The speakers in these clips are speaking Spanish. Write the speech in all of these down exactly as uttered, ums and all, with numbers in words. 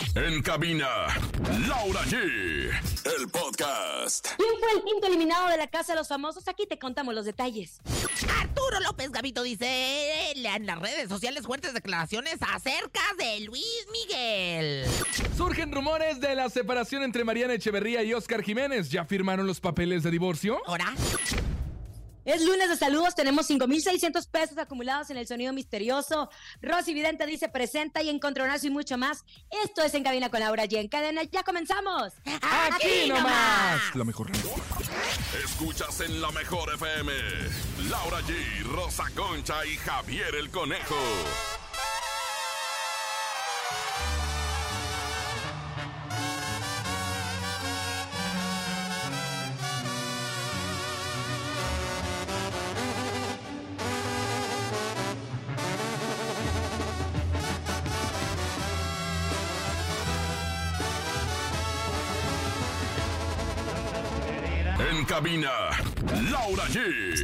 En cabina, Laura G. El podcast. ¿Quién fue el quinto eliminado de la Casa de los Famosos? Aquí te contamos los detalles. Arturo López Gavito dice en las redes sociales fuertes declaraciones acerca de Luis Miguel. Surgen rumores de la separación entre Mariana Echeverría y Óscar Jiménez. ¿Ya firmaron los papeles de divorcio? ¿Ahora? Es lunes de saludos, tenemos cinco mil seiscientos pesos acumulados en el sonido misterioso. Rosy Vidente dice presenta y encontronazo y mucho más. Esto es En Cabina con Laura G. En cadena, ya comenzamos. ¡Aquí nomás! La mejor radio. Escuchas en la mejor F M. Laura G, Rosa Concha y Javier el Conejo. En cabina, Laura G.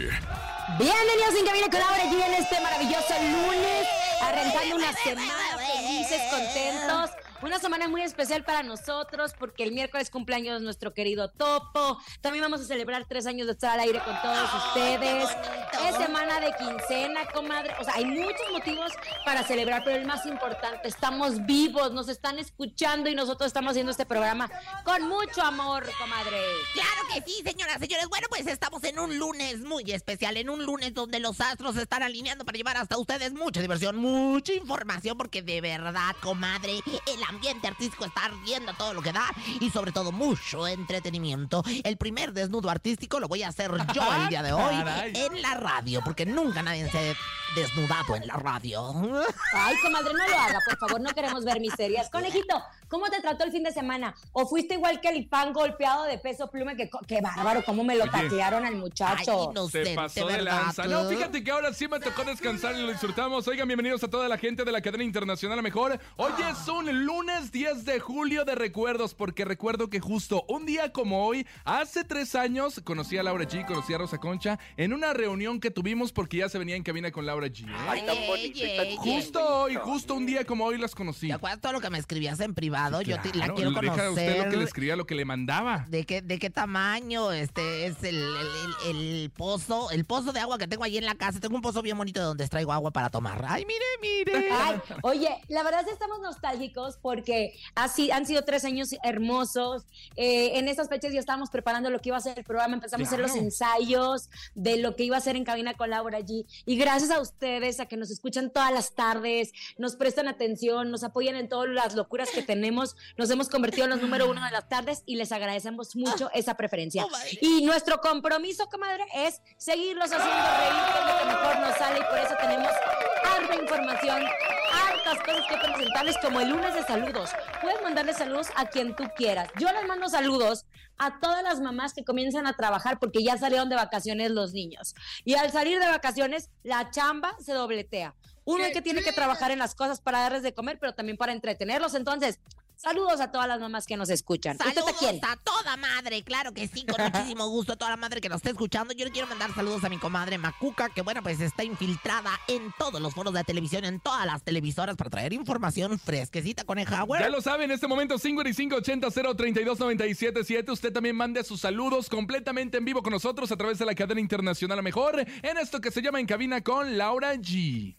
Bienvenidos en Cabina con Laura G en este maravilloso lunes, arrancando una semana felices, contentos. Una semana muy especial para nosotros porque el miércoles cumpleaños nuestro querido Topo. También vamos a celebrar tres años de estar al aire con todos ustedes. Es semana de quincena, comadre. O sea, hay muchos motivos para celebrar, pero el más importante, estamos vivos, nos están escuchando y nosotros estamos haciendo este programa con mucho amor, comadre. Claro que sí, señoras, señores. Bueno, pues estamos en un lunes muy especial, en un lunes donde los astros se están alineando para llevar hasta ustedes mucha diversión, mucha información, porque de verdad, comadre, el ambiente artístico está ardiendo todo lo que da y sobre todo mucho entretenimiento. El primer desnudo artístico lo voy a hacer yo el día de hoy en la radio, porque nunca nadie se ha desnudado en la radio. Ay, comadre, no lo haga, por favor, no queremos ver miserias. Conejito, ¿cómo te trató el fin de semana? ¿O fuiste igual que el fan golpeado de Peso Pluma? Que, qué bárbaro, cómo me lo taclearon al muchacho. Ay, inocente, Se pasó de ¿verdad? lanza. No, fíjate que ahora sí me tocó descansar y lo disfrutamos. Oigan, bienvenidos a toda la gente de la cadena internacional a mejor. Hoy es un lunes diez de julio de recuerdos, porque recuerdo que justo un día como hoy, hace tres años, conocí a Laura G, conocí a Rosa Concha en una reunión que tuvimos porque ya se venía en cabina con Laura G. ¿eh? Ay, tan bonito y tan Justo hoy, justo un día como hoy las conocí. ¿Te acuerdas todo lo que me escribías en privado? Sí, Yo te- la claro, quiero conocer. Deja usted lo que le escribía, lo que le mandaba. ¿De qué, de qué tamaño este es el, el- el- el pozo? El pozo de agua que tengo ahí en la casa. Tengo un pozo bien bonito de donde extraigo agua para tomar. Ay, mire, mire. Ay, oye, la verdad es que estamos nostálgicos porque así han sido tres años hermosos. Eh, en estas fechas ya estábamos preparando lo que iba a ser el programa, empezamos Claro. a hacer los ensayos de lo que iba a ser En Cabina con Laura G. Y gracias a ustedes, a que nos escuchan todas las tardes, nos prestan atención, nos apoyan en todas las locuras que tenemos, nos hemos convertido en los número uno de las tardes y les agradecemos mucho esa preferencia. Oh, my. Y nuestro compromiso, comadre, es seguirlos haciendo reír, que es lo que mejor nos sale, y por eso tenemos harta información, hartas cosas que presentarles, como el lunes de saludos. Puedes mandarle saludos a quien tú quieras. Yo les mando saludos a todas las mamás que comienzan a trabajar porque ya salieron de vacaciones los niños. Y al salir de vacaciones, la chamba se dobletea. Uno es que tiene que trabajar en las cosas para darles de comer, pero también para entretenerlos. Entonces, saludos a todas las mamás que nos escuchan. ¿Usted Saludos a quién? a toda madre, claro que sí, con muchísimo gusto a toda la madre que nos está escuchando. Yo le quiero mandar saludos a mi comadre Macuca, que bueno, pues está infiltrada en todos los foros de televisión, en todas las televisoras para traer información fresquecita, coneja. Ya lo sabe, en este momento cincuenta y cinco ochenta cero treinta y dos noventa y siete siete. Usted también mande sus saludos completamente en vivo con nosotros a través de la cadena internacional a mejor, en esto que se llama En Cabina con Laura G.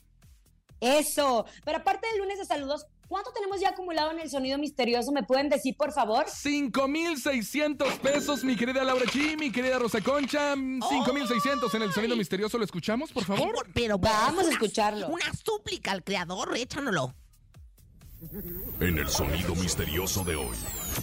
Eso. Pero aparte del lunes de saludos, ¿cuánto tenemos ya acumulado en el sonido misterioso? ¿Me pueden decir, por favor? cinco mil seiscientos pesos, mi querida Laura G, mi querida Rosa Concha. cinco mil seiscientos en el sonido misterioso. ¿Lo escuchamos, por Ay, favor? por- pero Vamos a una- escucharlo. Una súplica al creador, échanoslo. En el sonido misterioso de hoy.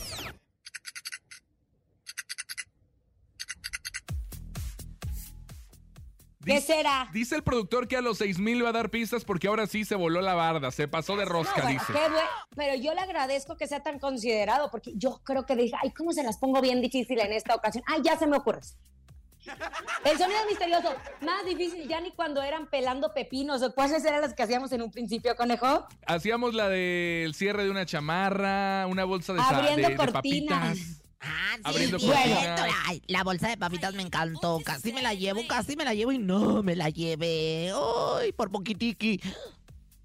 ¿Qué Dice- será? Dice el productor que a los seis mil va a dar pistas porque ahora sí se voló la barda, se pasó de rosca, No, bueno, dice. qué bue- pero yo le agradezco que sea tan considerado, porque yo creo que dije, ay, ¿cómo se las pongo bien difícil en esta ocasión? Ay, ya se me ocurre. El sonido misterioso, más difícil ya ni cuando eran pelando pepinos, o cuáles eran las que hacíamos en un principio, conejo. Hacíamos la del cierre de una chamarra, una bolsa de, sa- Abriendo de- de cortinas. papitas. Ah, sí, Abriendo bien. cortinas. Ay, la bolsa de papitas me encantó. Casi me la llevo, casi me la llevo y no me la llevé. Ay, por poquitiqui.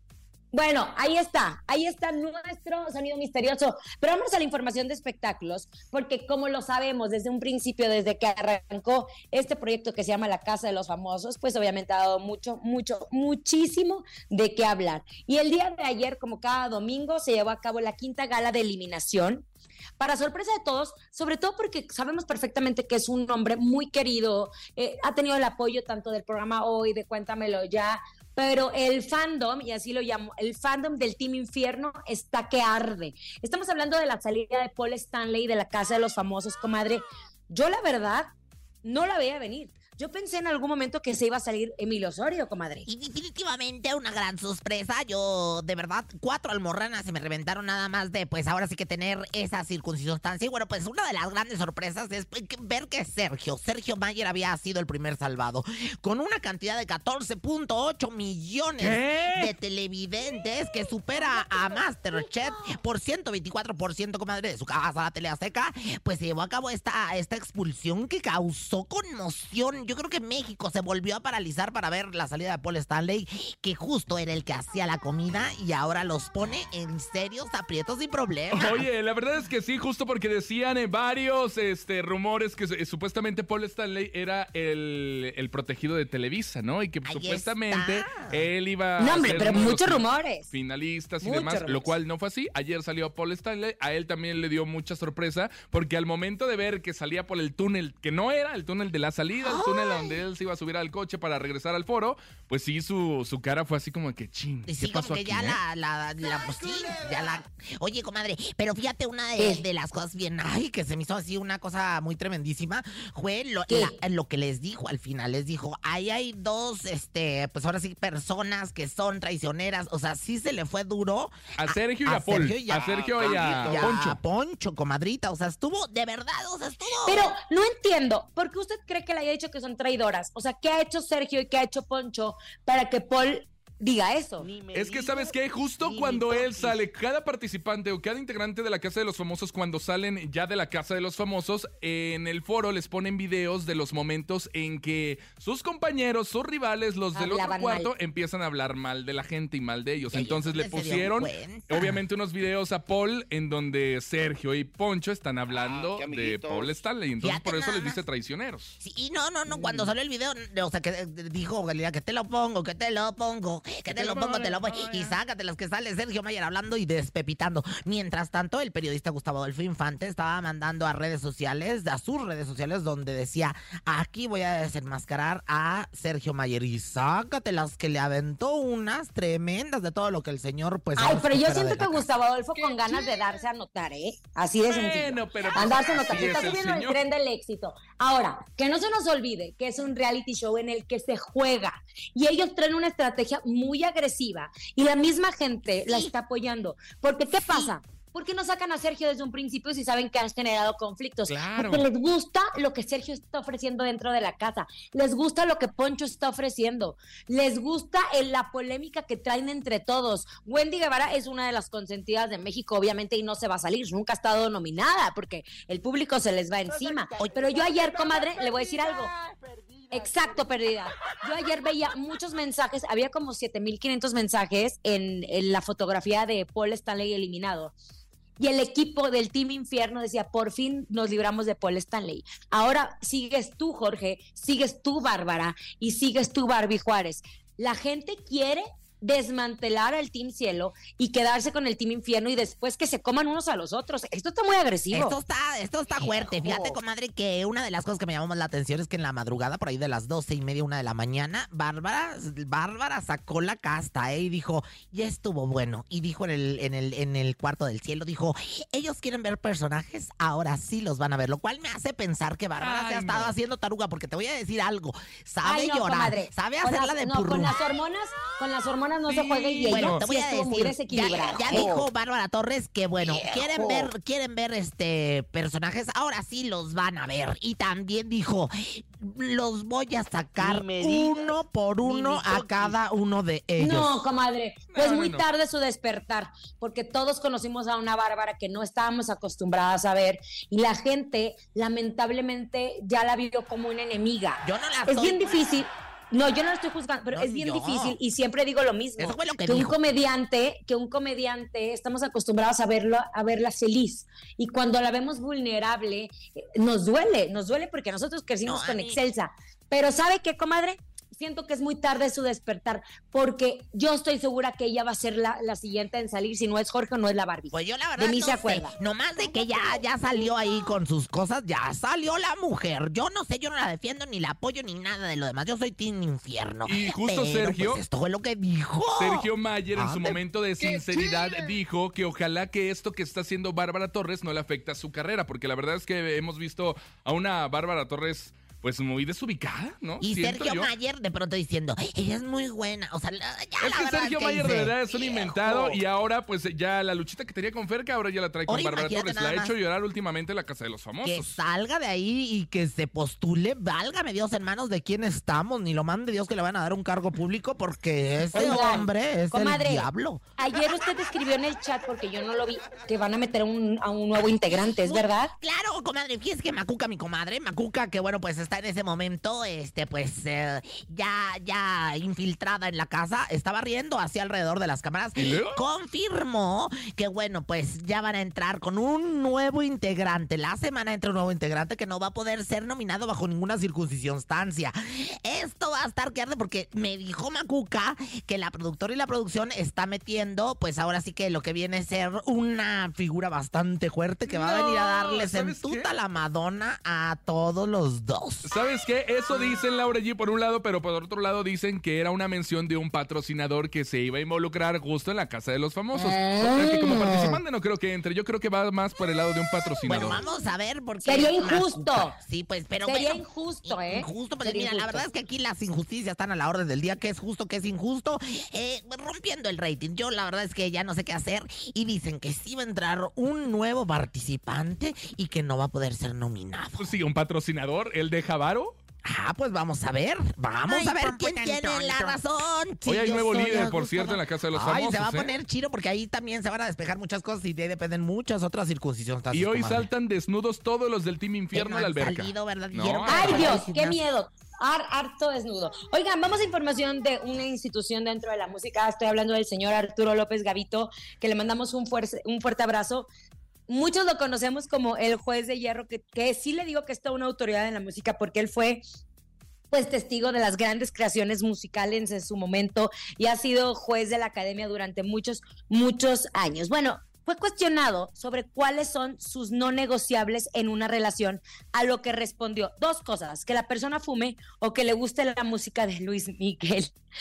Bueno, ahí está, ahí está nuestro sonido misterioso. Pero vamos a la información de espectáculos, porque como lo sabemos desde un principio, desde que arrancó este proyecto que se llama La Casa de los Famosos, pues obviamente ha dado mucho, mucho, muchísimo de qué hablar. Y el día de ayer, como cada domingo, se llevó a cabo la quinta gala de eliminación. Para sorpresa de todos, sobre todo porque sabemos perfectamente que es un hombre muy querido, eh, ha tenido el apoyo tanto del programa Hoy, de Cuéntamelo Ya, pero el fandom, y así lo llamo, el fandom del Team Infierno está que arde. Estamos hablando de la salida de Paul Stanley de La Casa de los Famosos, comadre. Yo la verdad no la veía venir. Yo pensé en algún momento que se iba a salir Emilio Osorio, comadre. Y definitivamente una gran sorpresa. Yo, de verdad, cuatro almorranas se me reventaron nada más de, pues, ahora sí que tener esa circunstancia. Y bueno, pues, una de las grandes sorpresas es ver que Sergio, Sergio Mayer había sido el primer salvado. Con una cantidad de catorce punto ocho millones ¿Qué? de televidentes, que supera a MasterChef por ciento veinticuatro por ciento, comadre, de su casa, la Tele Azteca, pues se llevó a cabo esta, esta expulsión que causó conmoción. Yo creo que México se volvió a paralizar para ver la salida de Paul Stanley, que justo era el que hacía la comida y ahora los pone en serios aprietos y problemas. Oye, la verdad es que sí, justo porque decían eh, varios este, rumores que eh, supuestamente Paul Stanley era el, el protegido de Televisa, ¿no? Y que Ahí supuestamente está. él iba No, a hombre, ser pero uno de los muchos fin- rumores. finalistas y Muchos demás, rumores. lo cual no fue así. Ayer salió Paul Stanley, a él también le dio mucha sorpresa, porque al momento de ver que salía por el túnel, que no era el túnel de la salida, el túnel donde él se iba a subir al coche para regresar al foro, pues sí, su, su cara fue así como que ching, ¿qué Sí, pasó como que aquí, ya eh? la, la, la, pues sí, ya la... Oye, comadre, pero fíjate, una de, de las cosas bien, ay, que se me hizo así una cosa muy tremendísima, fue lo, la- lo que les dijo al final, les dijo, ahí hay dos, este, pues ahora sí, personas que son traicioneras, o sea, sí se le fue duro. A Sergio y a Paul, Sergio y a Sergio y a y a Poncho. Poncho, comadrita, o sea, estuvo, de verdad, o sea, estuvo... Pero no entiendo, ¿por qué usted cree que le haya dicho que son traidoras? O sea, ¿qué ha hecho Sergio y qué ha hecho Poncho para que Paul diga eso? Es que, ¿sabes qué? Justo cuando él sale, cada participante o cada integrante de la Casa de los Famosos, cuando salen ya de la Casa de los Famosos, en el foro les ponen videos de los momentos en que sus compañeros, sus rivales, los del otro Hablaban cuarto, mal. empiezan a hablar mal de la gente y mal de ellos. Ellos Entonces le se dieron pusieron, cuenta. obviamente, unos videos a Paul en donde Sergio y Poncho están hablando Ah, qué de amiguitos. Paul Stanley. Entonces Fíjate por eso nada les dice más. traicioneros. Sí, y no, no, no, cuando salió el video, o sea, que eh, dijo Galilea, que te lo pongo, que te lo pongo, que te lo pongo, te lo pongo, y sácatelas, que sale Sergio Mayer hablando y despepitando. Mientras tanto, el periodista Gustavo Adolfo Infante estaba mandando a redes sociales, a sus redes sociales, donde decía, aquí voy a desenmascarar a Sergio Mayer, y sácatelas, que le aventó unas tremendas de todo lo que el señor, pues... Ay, ahora pero sí yo espera siento de la que casa. Gustavo Adolfo con ganas de darse a notar, ¿eh? Así de sencillo. Bueno, pero pues, Andarse a así notar. Se es está el subiendo el señor. tren del éxito. Ahora, que no se nos olvide que es un reality show en el que se juega y ellos traen una estrategia muy agresiva y la misma gente la está apoyando. Porque, ¿qué pasa? ¿Por qué no sacan a Sergio desde un principio si saben que han generado conflictos? Claro. Porque les gusta lo que Sergio está ofreciendo dentro de la casa. Les gusta lo que Poncho está ofreciendo. Les gusta el- la polémica que traen entre todos. Wendy Guevara es una de las consentidas de México, obviamente, y no se va a salir. Nunca ha estado nominada porque el público se les va encima. Oye, pero yo ayer, comadre, le voy a decir algo. Exacto, perdida. Yo ayer veía muchos mensajes, había como siete mil quinientos mensajes en, en la fotografía de Paul Stanley eliminado. Y el equipo del Team Infierno decía, por fin nos libramos de Paul Stanley. Ahora sigues tú, Jorge, sigues tú, Bárbara, y sigues tú, Barbie Juárez. La gente quiere desmantelar al Team Cielo y quedarse con el Team Infierno y después que se coman unos a los otros. Esto está muy agresivo. Esto está, esto está fuerte. Fíjate, comadre, que una de las cosas que me llamó más la atención es que en la madrugada, por ahí de las doce y media, una de la mañana, Bárbara, Bárbara sacó la casta, ¿eh? Y dijo, ya estuvo bueno. Y dijo en el, en el, en el cuarto del cielo, dijo, ellos quieren ver personajes, ahora sí los van a ver. Lo cual me hace pensar que Bárbara Ay, se ha estado no. haciendo taruga, porque te voy a decir algo. Sabe Ay, no, llorar, comadre. sabe Con hacerla las- de no, purrum. con las hormonas, con las hormonas no se Sí, juega y Bueno, ella te sí voy a estuvo muy decir, desequilibrada. ya, ya dijo Bárbara Torres que bueno, quieren ver, quieren ver este personajes, ahora sí los van a ver. Y también dijo, los voy a sacar Ni me digas, uno por ni uno mi a toqui. cada uno de ellos. No, comadre, pues No, no, muy no. tarde su despertar, porque todos conocimos a una Bárbara que no estábamos acostumbradas a ver y la gente lamentablemente ya la vio como una enemiga. Yo no la Es soy. bien difícil. No, yo no lo estoy juzgando, pero No, es bien yo. difícil y siempre digo lo mismo. Eso fue lo que que un dijo. comediante, que un comediante, estamos acostumbrados a verlo, a verla feliz. Y cuando la vemos vulnerable, eh, nos duele, nos duele porque nosotros crecimos No, a con mí- Excelsa. Pero ¿sabe qué, comadre? Siento que es muy tarde su despertar, porque yo estoy segura que ella va a ser la, la siguiente en salir, si no es Jorge o no es la Barbie. Pues yo la verdad De mí no se sé. acuerda. Nomás de que ya, ya salió ahí con sus cosas, ya salió la mujer. Yo no sé, yo no la defiendo, ni la apoyo, ni nada de lo demás. Yo soy Team Infierno. Y justo Pero, Sergio- pues, esto fue lo que dijo. Sergio Mayer en su Ande- momento de sinceridad dijo que ojalá que esto que está haciendo Bárbara Torres no le afecte a su carrera, porque la verdad es que hemos visto a una Bárbara Torres pues muy desubicada, ¿no? Y Siento Sergio yo. Mayer de pronto diciendo, ella es muy buena. O sea, la- ya Es la que verdad Sergio que Mayer de dice, verdad es un "Viejo". inventado y ahora pues ya la luchita que tenía con Ferca ahora ya la trae con Ahora Bárbara imagínate Torres. La nada ha más. hecho llorar últimamente en la Casa de los Que Famosos. salga de ahí y que se postule, válgame Dios, en manos de quién estamos, ni lo mande Dios que le van a dar un cargo público porque ese Oigan, hombre es comadre, el diablo. Ayer usted escribió en el chat, porque yo no lo vi, que van a meter un, a un nuevo integrante, ¿es verdad? Claro, comadre, fíjese que Macuca, mi comadre, Macuca, que bueno, pues está en ese momento, este, pues, eh, ya, ya infiltrada en la casa, estaba riendo hacia alrededor de las cámaras, ¿Y luego? confirmó que bueno, pues ya van a entrar con un nuevo integrante, la semana entra un nuevo integrante que no va a poder ser nominado bajo ninguna circunstancia. Esto va a estar que arde porque me dijo Macuca que la productora y la producción está metiendo, pues ahora sí que lo que viene a ser una figura bastante fuerte que va a No, venir a darles en ¿sabes tuta qué? la Madonna a todos los dos. ¿Sabes qué? Eso dicen Laura G por un lado, pero por otro lado dicen que era una mención de un patrocinador que se iba a involucrar justo en la Casa de los Famosos. O sea, que como participante no creo que entre. Yo creo que va más por el lado de un patrocinador. Bueno, vamos a ver porque Sería injusto. Macuca- Sí, pues, pero Sería bueno, injusto, ¿eh? Injusto, pues Sería mira, la injusto. verdad es que aquí las injusticias están a la orden del día, que es justo, que es injusto, eh, rompiendo el rating. Yo la verdad es que ya no sé qué hacer y dicen que sí va a entrar un nuevo participante y que no va a poder ser nominado. Pues sí, un patrocinador, el de Javaro. Ah, pues vamos a ver, vamos Ay, a ver Pompo quién tan tiene la tonto. razón. Hoy Sí, hay yo nuevo soy líder, por Augusto cierto, en la Dal- Casa de los Ay, Famosos. se va a ¿eh? poner chido porque ahí también se van a despejar muchas cosas y de ahí dependen muchas otras circunstancias. Y hoy comadre. saltan desnudos todos los del Team Que Infierno no a la han alberca. salido, ¿verdad, No, Guillermo? ¡Ay, Para Dios! el ¡Qué gimnasio. miedo! Har- harto desnudo. Oigan, vamos a información de una institución dentro de la música. Estoy hablando del señor Arturo López Gavito, que le mandamos un, fuerte un fuerte abrazo. Muchos lo conocemos como el juez de hierro, que, que sí le digo que es toda una autoridad en la música, porque él fue pues testigo de las grandes creaciones musicales en su momento y ha sido juez de la academia durante muchos, muchos años. Bueno, fue cuestionado sobre cuáles son sus no negociables en una relación, a lo que respondió dos cosas: que la persona fume o que le guste la música de Luis Miguel.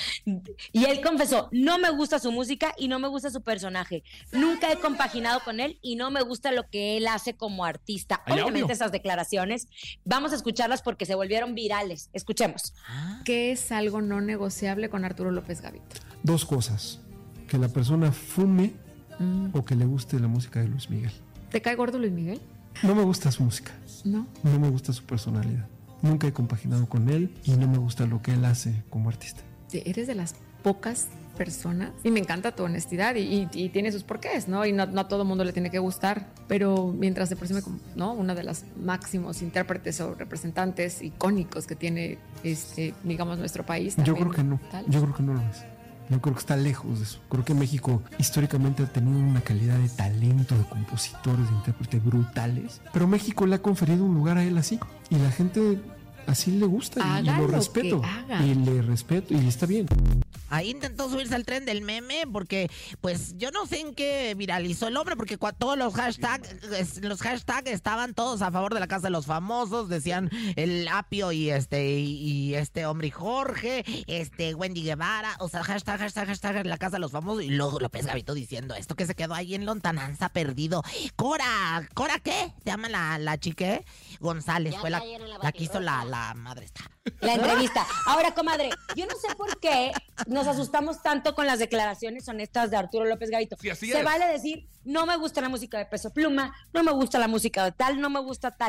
Y él confesó: no me gusta su música y no me gusta su personaje. Nunca he compaginado con él y no me gusta lo que él hace como artista. ¿Hay Obviamente audio? esas declaraciones vamos a escucharlas porque se volvieron virales. Escuchemos. ¿Qué es algo no negociable con Arturo López Gavito? Dos cosas: que la persona fume o que le guste la música de Luis Miguel. ¿Te cae gordo Luis Miguel? No me gusta su música, No. no me gusta su personalidad. Nunca he compaginado con él y no me gusta lo que él hace como artista. Sí, eres de las pocas personas, y me encanta tu honestidad y, y- y tiene sus porqués, ¿no? Y no, no a todo mundo le tiene que gustar, pero mientras se presume como, ¿no?, una de las máximos intérpretes o representantes icónicos que tiene, este, digamos, nuestro país. Yo también, creo que no, tal. yo creo que no lo es. Yo creo que está lejos de eso. Creo que México históricamente ha tenido una calidad de talento, de compositores, de intérpretes brutales, pero México le ha conferido un lugar a él así y la gente así le gusta y- y, Haga lo lo respeto que haga. y le respeto y está bien. Ahí intentó subirse al tren del meme porque, pues, yo no sé en qué viralizó el hombre, porque cua- todos los hashtags, es- los hashtags estaban todos a favor de la Casa de los Famosos, decían el Apio y este, y, y este hombre y Jorge, este, Wendy Guevara, o sea, hashtag, hashtag, hashtag, la Casa de los Famosos, y luego López Gavito diciendo esto que se quedó ahí en lontananza perdido. Cora, ¿Cora qué? Se llama la, la chique González, Ya fue la, cayeron la la que hizo la, batirroja. la madre esta. La entrevista. Ahora, comadre, yo no sé por qué nos asustamos tanto con las declaraciones honestas de Arturo López Gavito. Sí, así Se es. vale decir: no me gusta la música de Peso Pluma, no me gusta la música de tal, no me gusta tal.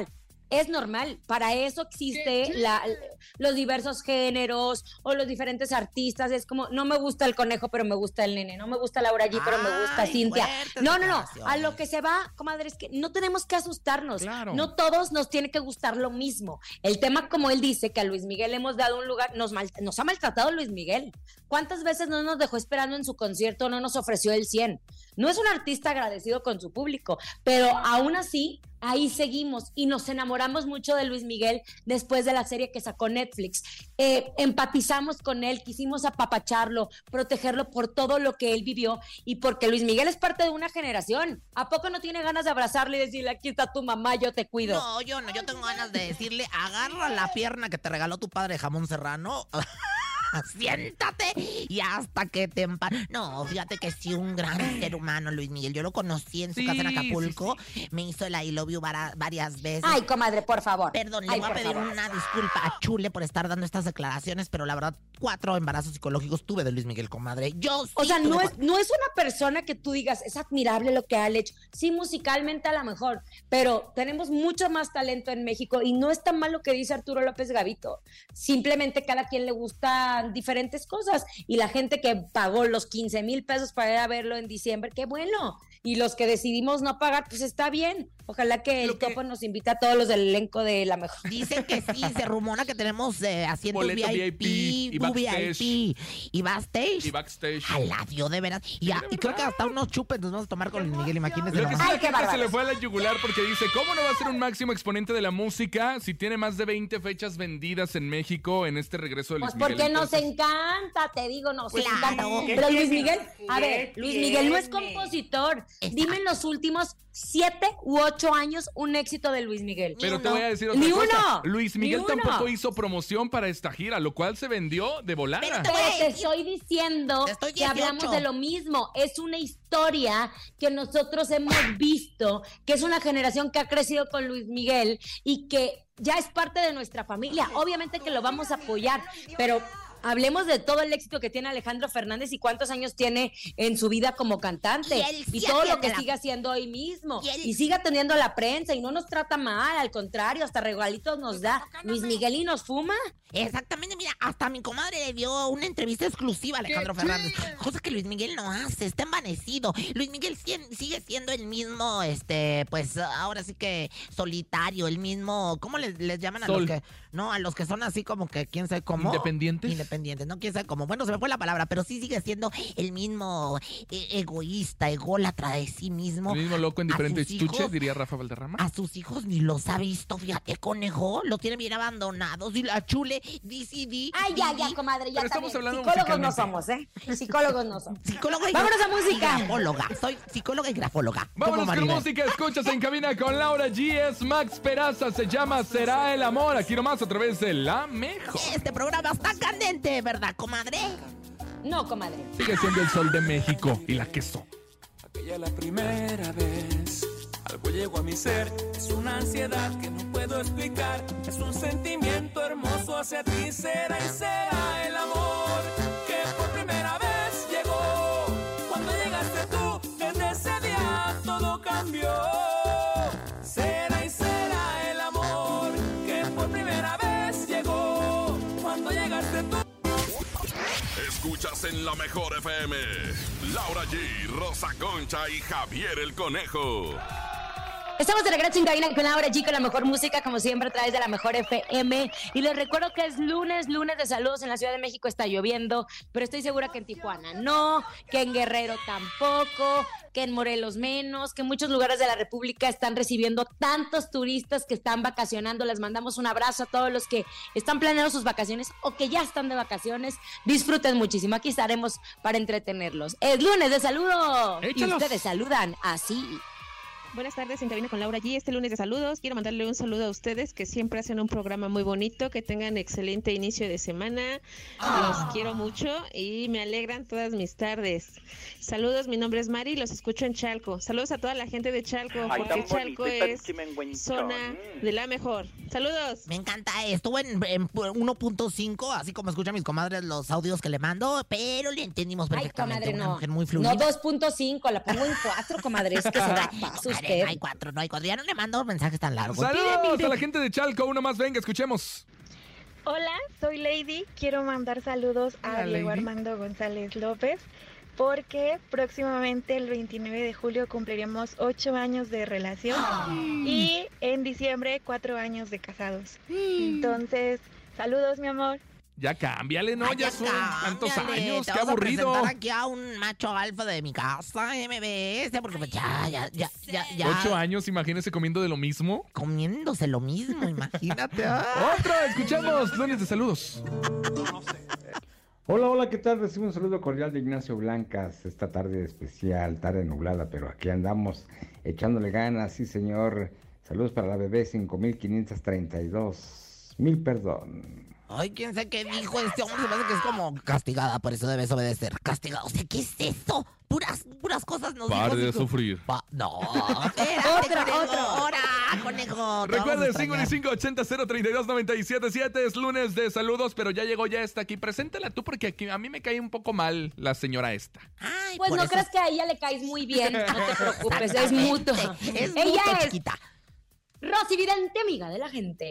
es normal. Para eso existe la, los diversos géneros o los diferentes artistas. Es como, no me gusta el conejo, pero me gusta el nene. No me gusta Laura G, pero me gusta Ay, Cintia. fuertes No, no, no. A declaraciones. lo que se va, comadre, es que no tenemos que asustarnos. Claro. No todos nos tiene que gustar lo mismo. El tema, como él dice, que a Luis Miguel le hemos dado un lugar, nos, mal, nos ha maltratado Luis Miguel. ¿Cuántas veces no nos dejó esperando en su concierto, no nos ofreció el cien? No es un artista agradecido con su público, pero aún así, ahí seguimos y nos enamoramos mucho de Luis Miguel después de la serie que sacó Netflix. Eh, empatizamos con él, quisimos apapacharlo, protegerlo por todo lo que él vivió y porque Luis Miguel es parte de una generación. ¿A poco no tiene ganas de abrazarle y decirle, aquí está tu mamá, yo te cuido? No, yo no, yo tengo ganas de decirle, agarra la pierna que te regaló tu padre Jamón Serrano. Siéntate y hasta que te empa... No, fíjate que sí, un gran ser humano, Luis Miguel. Yo lo conocí en su Sí, casa en Acapulco. sí, sí. Me hizo el I love you vara- varias veces. Ay, comadre, por favor. Perdón, le Ay, voy a por pedir favor. una disculpa a Chule por estar dando estas declaraciones, pero la verdad, cuatro embarazos psicológicos tuve de Luis Miguel, comadre. Yo sí O sea, tuve no cua- es, no es una persona que tú digas, es admirable lo que ha hecho. Sí, musicalmente a lo mejor, pero tenemos mucho más talento en México y no es tan mal lo que dice Arturo López Gavito. Simplemente cada quien le gustan diferentes cosas y la gente que pagó los quince mil pesos para ir a verlo en diciembre, qué bueno. Y los que decidimos no pagar, pues está bien. Ojalá que el Lo que- Topo nos invite a todos los del elenco de La Mejor. Dicen que sí, se rumora que tenemos eh, asientos Boleto V I P, V I P y backstage. V I P y backstage. Y backstage. Ala, Dios, de veras. Y, a- y creo que hasta unos chupes nos vamos a tomar con Luis Miguel, imagínense. Lo que sí, nomás. Ay, la qué gente se bárbaros. le fue a la yugular porque dice, ¿cómo no va a ser un máximo exponente de la música si tiene más de veinte fechas vendidas en México en este regreso de Luis Pues Miguel? porque nos Entonces, encanta, te digo, nos Claro. encanta. ¿Qué Pero Luis Miguel, ¿Qué a ver, Luis Miguel no es tiene? compositor. Exacto. Dime en los últimos siete u ocho años un éxito de Luis Miguel. Pero Ni te uno. voy a decir otra Ni cosa. uno. Luis Ni Miguel uno. tampoco hizo promoción para esta gira, lo cual se vendió de volada. Pero te Pero voy a te decir- estoy diciendo Te estoy que hablamos dieciocho. de lo mismo. Es una historia que nosotros hemos visto, que es una generación que ha crecido con Luis Miguel y que ya es parte de nuestra familia. Obviamente que lo vamos a apoyar, pero hablemos de todo el éxito que tiene Alejandro Fernández y cuántos años tiene en su vida como cantante. Y él Y, sí todo lo atiende que la- sigue haciendo hoy mismo. Y él- Y sigue atendiendo a la prensa y no nos trata mal, al contrario, hasta regalitos nos da. Luis Miguel y nos fuma. Exactamente, mira, hasta mi comadre le dio una entrevista exclusiva a Alejandro Fernández, cosa que Luis Miguel no hace, está envanecido. Luis Miguel sien- sigue siendo el mismo, este, pues ahora sí que solitario, el mismo, ¿cómo les, les llaman a Sol. los que, no, a los que son así como que, quién sabe cómo? ¿Independientes? Independientes, no, quién sabe cómo. Bueno, se me fue la palabra, pero sí sigue siendo el mismo eh, egoísta, ególatra de sí mismo. El mismo loco en A diferentes sus chuches, hijos- diría Rafa Valderrama. A sus hijos ni los ha visto, fíjate, conejo, lo tiene bien abandonados. Y la Chule, D C D. Ay, ya, ya, comadre, ya Pero estamos también. hablando Psicólogos no musicalmente. somos, ¿eh? Psicólogos no somos. Psicóloga y Vámonos a y música. grafóloga. Soy psicóloga y grafóloga. Vámonos como con Maribel. música, escuchas en cabina con Laura G. Es Max Peraza, se llama Será el Amor. Aquí nomás a través de La Mejor. Este programa está candente, ¿verdad, comadre? No, comadre. Sigue siendo el sol de México y la queso. Aquella la primera vez, algo llegó a mi ser, es una ansiedad que no puedo explicar, es un sentimiento hermoso hacia ti, será y será el amor que por primera vez llegó, cuando llegaste tú, desde ese día todo cambió, será y será el amor que por primera vez llegó, cuando llegaste tú. Escuchas en la mejor F M. Laura G, Rosa Concha y Javier el Conejo. Estamos de regreso en cabina con Laura G, con la mejor música, como siempre, a través de la mejor F M. Y les recuerdo que es lunes, lunes de saludos. En la Ciudad de México está lloviendo, pero estoy segura que en Tijuana no, que en Guerrero tampoco, que en Morelos menos, que en muchos lugares de la República están recibiendo tantos turistas que están vacacionando. Les mandamos un abrazo a todos los que están planeando sus vacaciones o que ya están de vacaciones. Disfruten muchísimo. Aquí estaremos para entretenerlos. Es lunes de saludos. Y Échalos. ustedes saludan así. Buenas tardes, en cabina con Laura G. Este lunes de saludos. Quiero mandarle un saludo a ustedes que siempre hacen un programa muy bonito, que tengan excelente inicio de semana. Los quiero mucho y me alegran todas mis tardes. Saludos, mi nombre es Mari, los escucho en Chalco. Saludos a toda la gente de Chalco, Ay, porque tan Chalco bonito y tan es chimenguenchón. zona de la mejor. Saludos. Me encanta, estuvo en, en uno punto cinco, así como escuchan mis comadres los audios que le mando, pero le entendimos Ay, perfectamente. comadre, Una no. mujer muy fluida. No dos punto cinco, la pongo en cuatro, comadre, es que se da pasos. usted. No hay cuatro, no hay cuatro. Ya no le mando mensajes tan largos. Saludos Mire, mire. a la gente de Chalco. Uno más, venga, escuchemos. Hola, soy Lady. Quiero mandar saludos a Hola, Diego Lady. Armando González López porque próximamente el veintinueve de julio cumpliremos ocho años de relación y en diciembre cuatro años de casados. Entonces, saludos, mi amor. Ya cámbiale, ¿no? Ay, ya son tantos cámbiale, años. te Qué vamos a aburrido. presentar aquí a un macho alfa de mi casa, M B S, porque pues ya, ya, ya, ya, ya. Ocho años, imagínese comiendo de lo mismo. Comiéndose lo mismo, imagínate. Ah. Otro, escuchemos. Lunes de saludos. Hola, hola, ¿qué tal? Recibo un saludo cordial de Ignacio Blancas esta tarde especial, tarde nublada, pero aquí andamos echándole ganas, sí señor. Saludos para la bebé cinco mil quinientos treinta y dos. Mil perdón. Ay, quién sabe qué dijo este hombre, se me hace que es como castigada, por eso debes obedecer. Castigada, o sea, ¿qué es eso? Puras, puras cosas nos dijo, Pare de así como- sufrir. Pa- no, espérate, Otro, conejo, otro. ahora, conejo. te vamos a Recuerde, extrañar. cinco cinco ochenta cero treinta y dos noventa y siete siete. Es lunes de saludos, pero ya llegó, ya está aquí. Preséntala tú, porque aquí a mí me cae un poco mal la señora esta. Ay, Pues por no eso- creas que a ella le caes muy bien, no te preocupes, es mutuo. Es Ella mutuo, es chiquita. Rosy Vidente, amiga de la gente.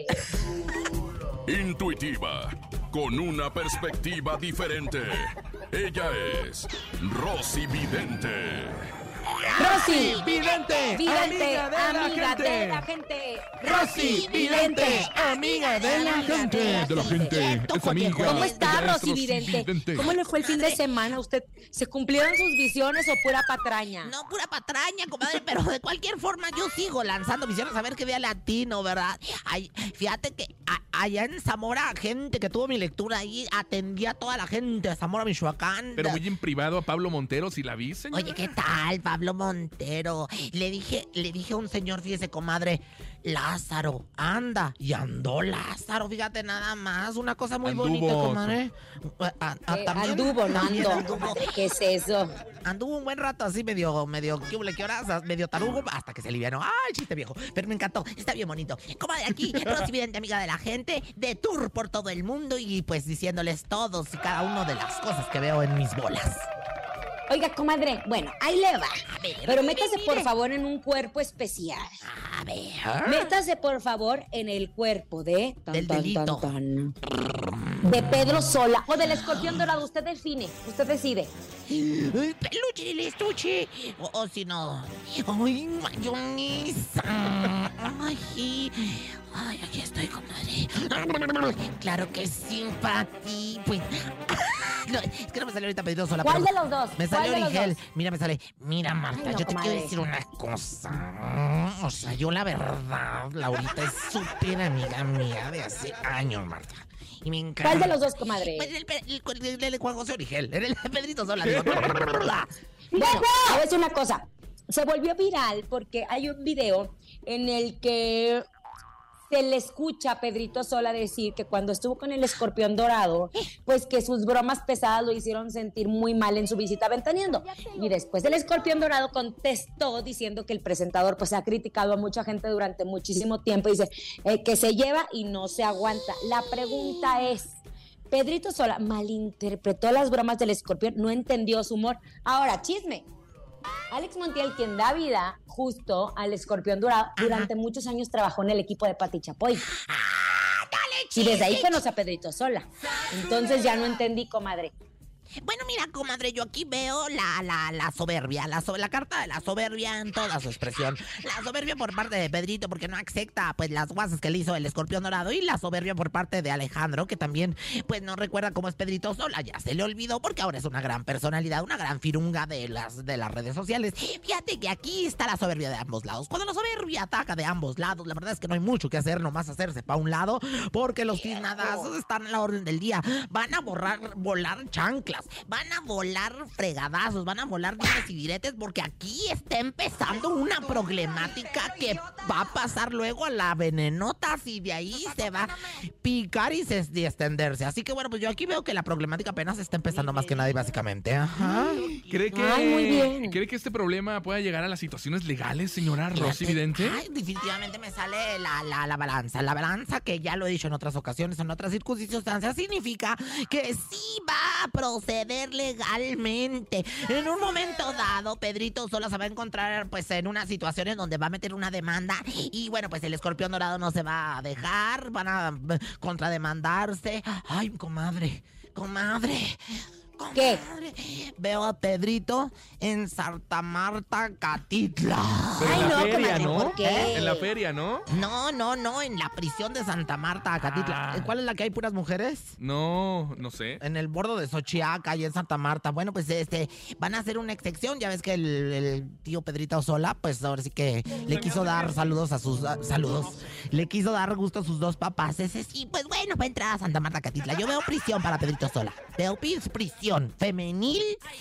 Intuitiva, con una perspectiva diferente. Ella es Rosy Vidente. Rosy Vidente, Vidente, amiga de la amiga gente. de la gente. Rosy Vidente, amiga de la gente. De la gente, Cierto, es amiga. conejo. ¿Cómo está Ella es Rosy Vidente? Vidente. ¿Cómo le fue el fin de semana? ¿Usted se cumplieron sus visiones o pura patraña? No, pura patraña, comadre, pero de cualquier forma yo sigo lanzando misiones a ver qué día latino, ¿verdad? Ay, fíjate que a- allá en Zamora, gente que tuvo mi lectura ahí, atendía a toda la gente de Zamora, Michoacán. Pero muy en privado a Pablo Montero, si la vi, señora. Oye, ¿qué tal, Pablo Montero? Le dije, le dije a un señor, fíjese, comadre, Lázaro, anda. Y andó Lázaro, fíjate nada más. Una cosa muy Anduvo. bonita, comadre. A- a- Eh, también- anduvo, no también ando. anduvo. ¿Qué es eso? Anduvo un buen rato así, medio, medio, ¿qué hubo, qué horas? Medio tarugo, hasta que se alivianó. Ay, chiste viejo, pero me encantó, está bien bonito. Comadre, aquí, Rosy Vidente, amiga de la gente, de tour por todo el mundo y pues diciéndoles todos y cada uno de las cosas que veo en mis bolas. Oiga, comadre, bueno, ahí le va. A ver, Pero mire, métase, por mire. favor, en un cuerpo especial. A ver. Métase, por favor, en el cuerpo de... tan, Del tan, delito. tan, tan, de Pedro Sola o del Escorpión Dorado. Usted define, usted decide. Ay, peluche, el estuche. O, o si no. Ay, mayonesa. Ay, ay, aquí estoy, comadre. Claro que sí, Pati. Pues. No, es que no me salió ahorita Pedro Sola. ¿Cuál pero de los dos? Me ¿Cuál salió de los Origel. dos? Mira, me sale. Mira, Marta, Ay, no, yo te comadre. quiero decir una cosa. O sea, yo la verdad, Laurita es súper amiga mía de hace años, Marta. Y me encanta. ¿Cuál de los dos, comadre? Pues el, pe- el, el, el, el Juan José Origel. Era el Pedrito Sola, digo. Bueno, a ver, una cosa. Se volvió viral porque hay un video en el que se le escucha a Pedrito Sola decir que cuando estuvo con el Escorpión Dorado, pues que sus bromas pesadas lo hicieron sentir muy mal en su visita a Ventaneando. Y después el Escorpión Dorado contestó diciendo que el presentador pues ha criticado a mucha gente durante muchísimo tiempo. Dice eh, que se lleva y no se aguanta. La pregunta es, Pedrito Sola malinterpretó las bromas del Escorpión, no entendió su humor. Ahora, chisme. Alex Montiel, quien da vida justo al Escorpión Dorado, durante muchos años trabajó en el equipo de Pati Chapoy. Y desde ahí conoce a Pedrito Sola. Entonces ya no entendí, comadre. Bueno, mira, comadre, yo aquí veo la, la, la soberbia, la, so- la carta de la soberbia en toda su expresión. La soberbia por parte de Pedrito, porque no acepta, pues, las guasas que le hizo el Escorpión Dorado. Y la soberbia por parte de Alejandro, que también, pues, no recuerda cómo es Pedrito Sola. Ya se le olvidó, porque ahora es una gran personalidad, una gran firunga de las, de las redes sociales. Fíjate que aquí está la soberbia de ambos lados. Cuando la soberbia ataca de ambos lados, la verdad es que no hay mucho que hacer, nomás hacerse para un lado, porque los tiznadazos están a la orden del día. Van a borrar, volar chanclas. Van a volar fregadazos, van a volar dimes y diretes, porque aquí está empezando una problemática que va a pasar luego a la venenotas y de ahí se va a picar y, se, y extenderse. Así que bueno, pues yo aquí veo que la problemática apenas está empezando más que nadie, básicamente. Ajá. ¿Cree que, Ay, muy bien. ¿Cree que este problema pueda llegar a las situaciones legales, señora Rosy Vidente? Ay, definitivamente me sale la, la, la balanza. La balanza, que ya lo he dicho en otras ocasiones, en otras circunstancias, significa que sí va a proceder proceder legalmente. En un momento dado, Pedrito Sola se va a encontrar pues en una situación en donde va a meter una demanda y bueno, pues el escorpión dorado no se va a dejar, van a eh, contrademandarse. Ay, comadre, comadre. ¿Qué? Veo a Pedrito en Santa Marta, Catitla. Pero Ay, en la no, feria, comadre, ¿no? ¿por qué? En la feria, ¿no? No, no, no, en la prisión de Santa Marta, Catitla. Ah. ¿Cuál es la que hay puras mujeres? No, no sé. En el bordo de Xochiaca y en Santa Marta. Bueno, pues este, van a hacer una excepción. Ya ves que el, el tío Pedrito Sola, pues ahora sí que le quiso dar saludos a sus a- saludos. Le quiso dar gusto a sus dos papás. Ese sí, pues bueno, va a entrar a Santa Marta, Catitla. Yo veo prisión para Pedrito Sola. Veo pis- prisión femenil.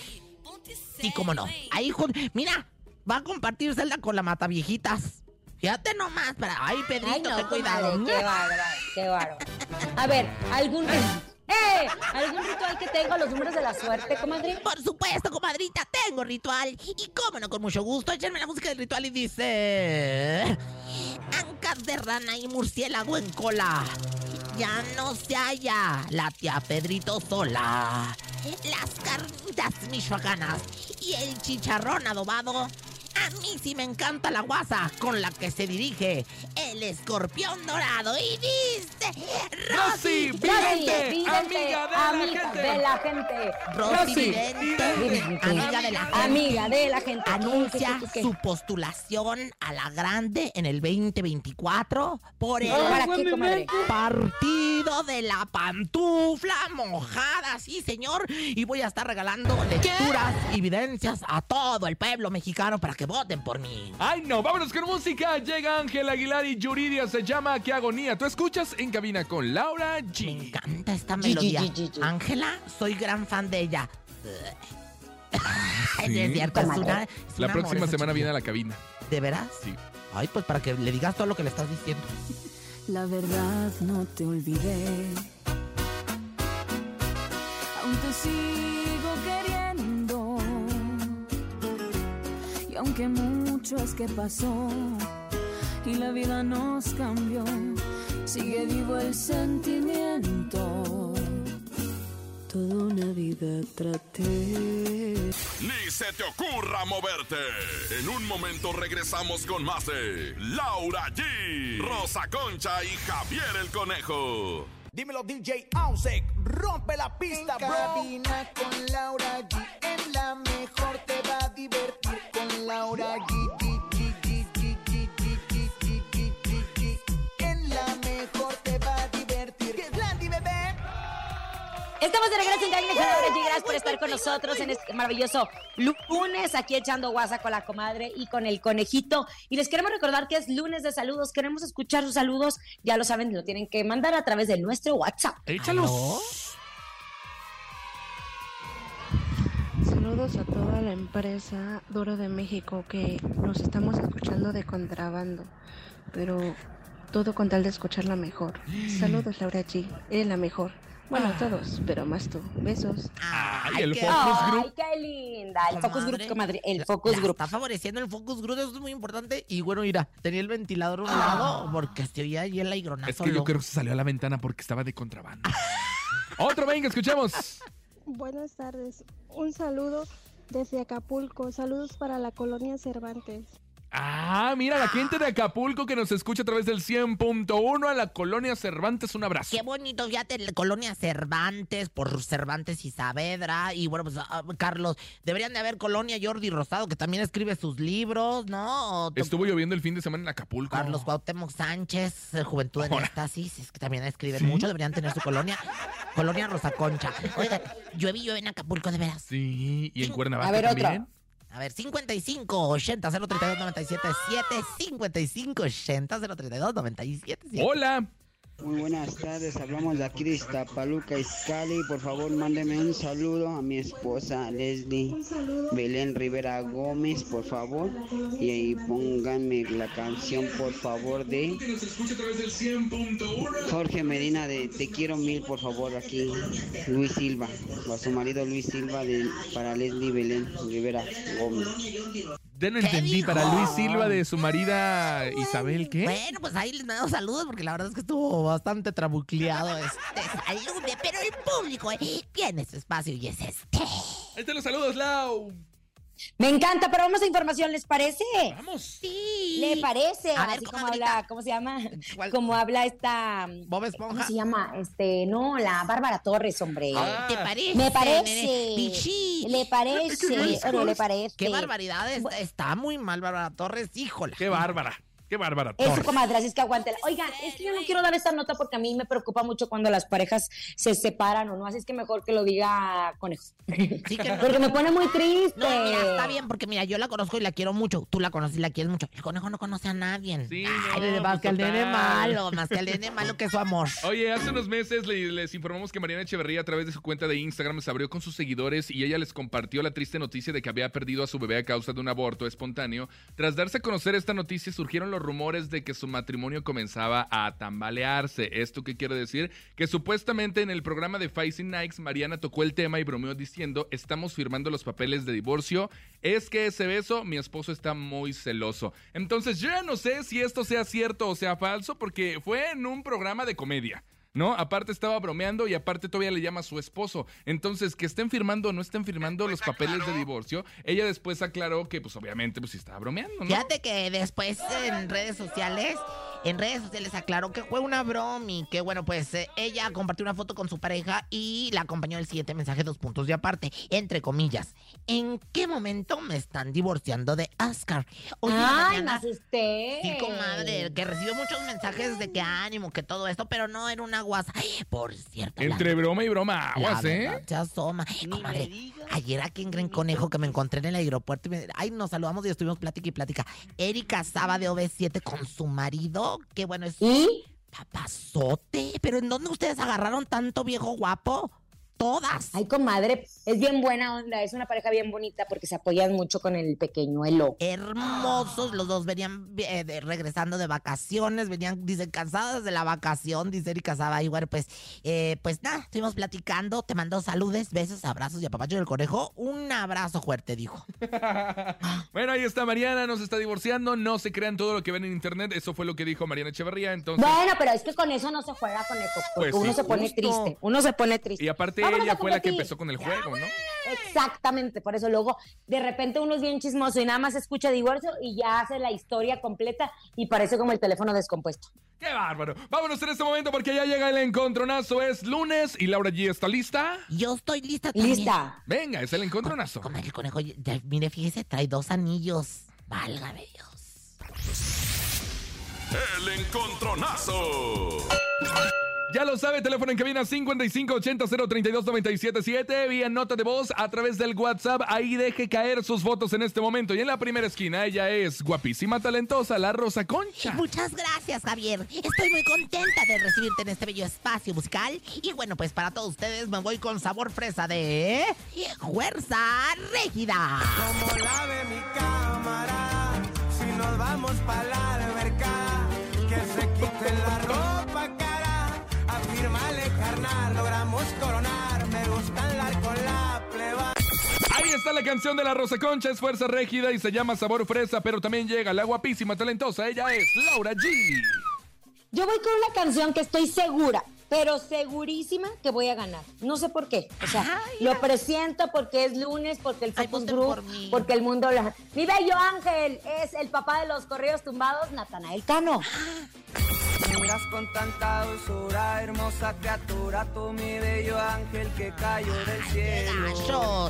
Sí, cómo no. Ahí, jun- mira, va a compartir celda con la Mataviejitas. Fíjate nomás, para. Ay, Pedrito, Ay, no, ten cuidado. comadre, qué bárbaro, qué bárbaro. A ver, ¿algún, ¡Eh! ¿algún ritual que tenga los números de la suerte, comadre? Por supuesto, comadrita, tengo ritual. Y cómo no, con mucho gusto. Échenme la música del ritual y dice... Ancas de rana y murciélago en cola. Ya no se halla la tía Pedrito Sola. Las carnitas michoacanas y el chicharrón adobado. A mí sí me encanta la guasa con la que se dirige el escorpión dorado. Y dice... Rosy, Rosy, vidente, vidente, amiga de la amiga gente. de la gente. Rosy Rosy, Vidente, vidente, amiga de la gente. Amiga de la gente. Anuncia ¿Qué, qué, qué, qué? su postulación a la grande en el veinte veinticuatro por el ¿Para qué, comadre? partido de la pantufla mojada, sí señor, y voy a estar regalando lecturas y evidencias a todo el pueblo mexicano para que voten por mí. Ay, no, vámonos con música. Llega Ángel Aguilar y Yuridia, se llama Qué agonía. Tú escuchas En Cabina con Laura Me G. encanta esta Gi, melodía. gi, gi, gi. Ángela, soy gran fan de ella. ¿Sí? Es cierto, es una, es La un próxima amor esa semana viene a chiquilla. la cabina. ¿De veras? Sí. Ay, pues para que le digas todo lo que le estás diciendo. La verdad no te olvidé. Aún te sigo queriendo. Y aunque mucho es que pasó y la vida nos cambió, sigue vivo el sentimiento. Toda una vida traté. Ni se te ocurra moverte. En un momento regresamos con más de Laura G, Rosa Concha y Javier el Conejo. Dímelo D J Ausek, rompe la pista, En bro. cabina con Laura G, en la mejor te va a divertir con Laura G. G, G, G, G, G, G, G, G, G, G, G. En la mejor te va a divertir. ¿Qué es Landy, bebé? Estamos de regreso en Cabina con Laura G. Gracias por estar con nosotros en este maravilloso lunes, aquí echando guasa con la comadre y con el conejito. Y les queremos recordar que es lunes de saludos. Queremos escuchar sus saludos. Ya lo saben, lo tienen que mandar a través de nuestro WhatsApp. Échalos. Saludos a toda la empresa Duro de México que nos estamos escuchando de contrabando, pero todo con tal de escucharla mejor. Saludos, Laura G, eres la mejor. Bueno, a todos, pero más tú. Besos. Ay, el qué- Focus Ay, Group. qué linda. El Focus Comadre, Group, comadre. El la- Focus la Group. Está favoreciendo el Focus Group, eso es muy importante. Y bueno, mira, tenía el ventilador a un lado porque se oía ahí el aigronazo. Es que yo loco. creo que se salió a la ventana porque estaba de contrabando. Otro, venga, escuchemos. Buenas tardes. Un saludo desde Acapulco. Saludos para la colonia Cervantes. Ah, mira, la gente de Acapulco que nos escucha a través del cien punto uno a la colonia Cervantes, un abrazo. Qué bonito, fíjate, la colonia Cervantes, por Cervantes y Saavedra. Y bueno, pues, ah, Carlos, deberían de haber colonia Jordi Rosado, que también escribe sus libros, ¿no? O t- Estuvo lloviendo el fin de semana en Acapulco. Carlos Cuauhtémoc Sánchez, eh, Juventud en Hola. Éxtasis, es que también escriben ¿Sí? mucho, deberían tener su colonia. Colonia Rosa Concha. Oigan, llueve y llueve en Acapulco, de veras. Sí, y en Cuernavaca A ver, otro. también. A ver, cincuenta y cinco ochenta cero treinta y dos noventa y siete siete, cincuenta y cinco ochenta cero treinta y dos noventa y siete siete. Hola. Muy buenas tardes, hablamos de aquí de Iztapaluca, Izcalli. Por favor, mándeme un saludo a mi esposa Leslie Belén Rivera Gómez, por favor. Y ahí pónganme la canción, por favor, de Jorge Medina de Te Quiero Mil, por favor, aquí. Luis Silva, a su marido Luis Silva, de, para Leslie Belén Rivera Gómez. Ya no ¿Qué entendí, dijo? para Luis Silva de su marida Isabel, ¿qué? Bueno, pues ahí les mando saludos porque la verdad es que estuvo bastante trabucleado este salude, pero el público eh, tiene su espacio y es este. Ahí están los saludos, Lau. Me encanta, pero vamos a información, ¿les parece? Vamos. Sí. ¿Le parece? A ver, Así como comadrita. habla, ¿cómo se llama? ¿Cuál? Como habla esta... Bob Esponja. ¿Cómo se llama? Este, no, la Bárbara Torres, hombre. Ah. ¿Te parece? Me parece. nene? Pichi. Le parece, o no le parece. Qué barbaridad, está, está muy mal Bárbara Torres, híjole. Qué bárbara. Qué bárbara. Eso, Torres. comadre, así es que aguántela. Oigan, es que yo no quiero dar esta nota porque a mí me preocupa mucho cuando las parejas se separan o no, así es que mejor que lo diga Conejo. Sí que- Porque me pone muy triste. No, mira, está bien, porque mira, yo la conozco y la quiero mucho. Tú la conoces y la quieres mucho. El conejo no conoce a nadie. Sí, Ay, no, más pues, que al nene total. malo, más que al nene malo que su amor. Oye, hace unos meses le- les informamos que Mariana Echeverría a través de su cuenta de Instagram se abrió con sus seguidores y ella les compartió la triste noticia de que había perdido a su bebé a causa de un aborto espontáneo. Tras darse a conocer esta noticia surgieron los rumores de que su matrimonio comenzaba a tambalearse. ¿Esto qué quiere decir? Que supuestamente en el programa de Feisty Nights Mariana tocó el tema y bromeó diciendo: estamos firmando los papeles de divorcio, es que ese beso, mi esposo está muy celoso. Entonces yo ya no sé si esto sea cierto o sea falso porque fue en un programa de comedia, ¿no? Aparte estaba bromeando y aparte todavía le llama a su esposo. Entonces, que estén firmando o no estén firmando los papeles de divorcio, ella después aclaró que, pues obviamente, pues sí estaba bromeando, ¿no? Fíjate que después en redes sociales, en redes sociales aclaró que fue una broma y que bueno, pues eh, ella compartió una foto con su pareja y la acompañó el siguiente mensaje, dos puntos de aparte, entre comillas. ¿En qué momento me están divorciando de Oscar? Oye, Ay, me mañana- asusté. Sí, comadre, que recibió muchos mensajes de que ánimo, que todo esto, pero no era una guasa. Ay, por cierto. la- Entre broma y broma, la aguas, ¿eh? verdad se asoma. Comadre, ayer aquí en Gran Conejo que me encontré en el aeropuerto, y me- ay, nos saludamos y estuvimos plática y plática. Erika Saba de O V siete con su marido, que bueno, es ¿Y? papazote. ¿Pero en dónde ustedes agarraron tanto viejo guapo? Todas. Ay, comadre, es bien buena onda, es una pareja bien bonita porque se apoyan mucho con el pequeñuelo. Hermosos, los dos venían eh, de- regresando de vacaciones, venían, dice, cansadas de la vacación, dice Erika Saba. Y bueno, pues, eh, pues nada, estuvimos platicando, te mandó saludes, besos, abrazos y a papacho del conejo, un abrazo fuerte, dijo. Bueno, ahí está Mariana, no se está divorciando, no se crean todo lo que ven en internet, eso fue lo que dijo Mariana Echeverría, entonces... Bueno, pero es que con eso no se juega, Conejo, porque Pues uno sí, se pone justo. triste, uno se pone triste. Y aparte Vámonos ella a fue la que competir. empezó con el juego, ¿no? Exactamente, por eso luego de repente uno es bien chismoso y nada más escucha divorcio y ya hace la historia completa y parece como el teléfono descompuesto. ¡Qué bárbaro! Vámonos en este momento porque ya llega el encontronazo, es lunes y Laura G está lista. Yo estoy lista también. Lista. Venga, es el encontronazo. Como el conejo, ya, mire, fíjese, trae dos anillos. Válgame Dios. El encontronazo. Ya lo sabe, teléfono en cabina cincuenta y cinco ochenta cero treinta y dos noventa y siete siete, vía nota de voz a través del WhatsApp. Ahí deje caer sus votos en este momento. Y en la primera esquina, ella es guapísima, talentosa, la Rosa Concha. Muchas gracias, Javier. Estoy muy contenta de recibirte en este bello espacio musical. Y bueno, pues para todos ustedes me voy con sabor fresa de Fuerza Régida. Como la ve mi cámara, si nos vamos pa' la alberca, que se quite la ropa cara, afírmale carnal, logramos coronar, me gusta andar con la pleba. Ahí está la canción de la Rosa Concha, es Fuerza Régida y se llama Sabor Fresa, pero también llega la guapísima, talentosa, ella es Laura G. Yo voy con una canción que estoy segura, pero segurísima que voy a ganar. No sé por qué. O sea, Ay, lo presiento porque es lunes, porque el Ay, Focus voten Group, por mí. porque el mundo... La... Mi bello ángel es el papá de los correos tumbados, Natanael Cano. Me miras con tanta dulzura, hermosa criatura, tú mi bello ángel que cayó del cielo. Gachos.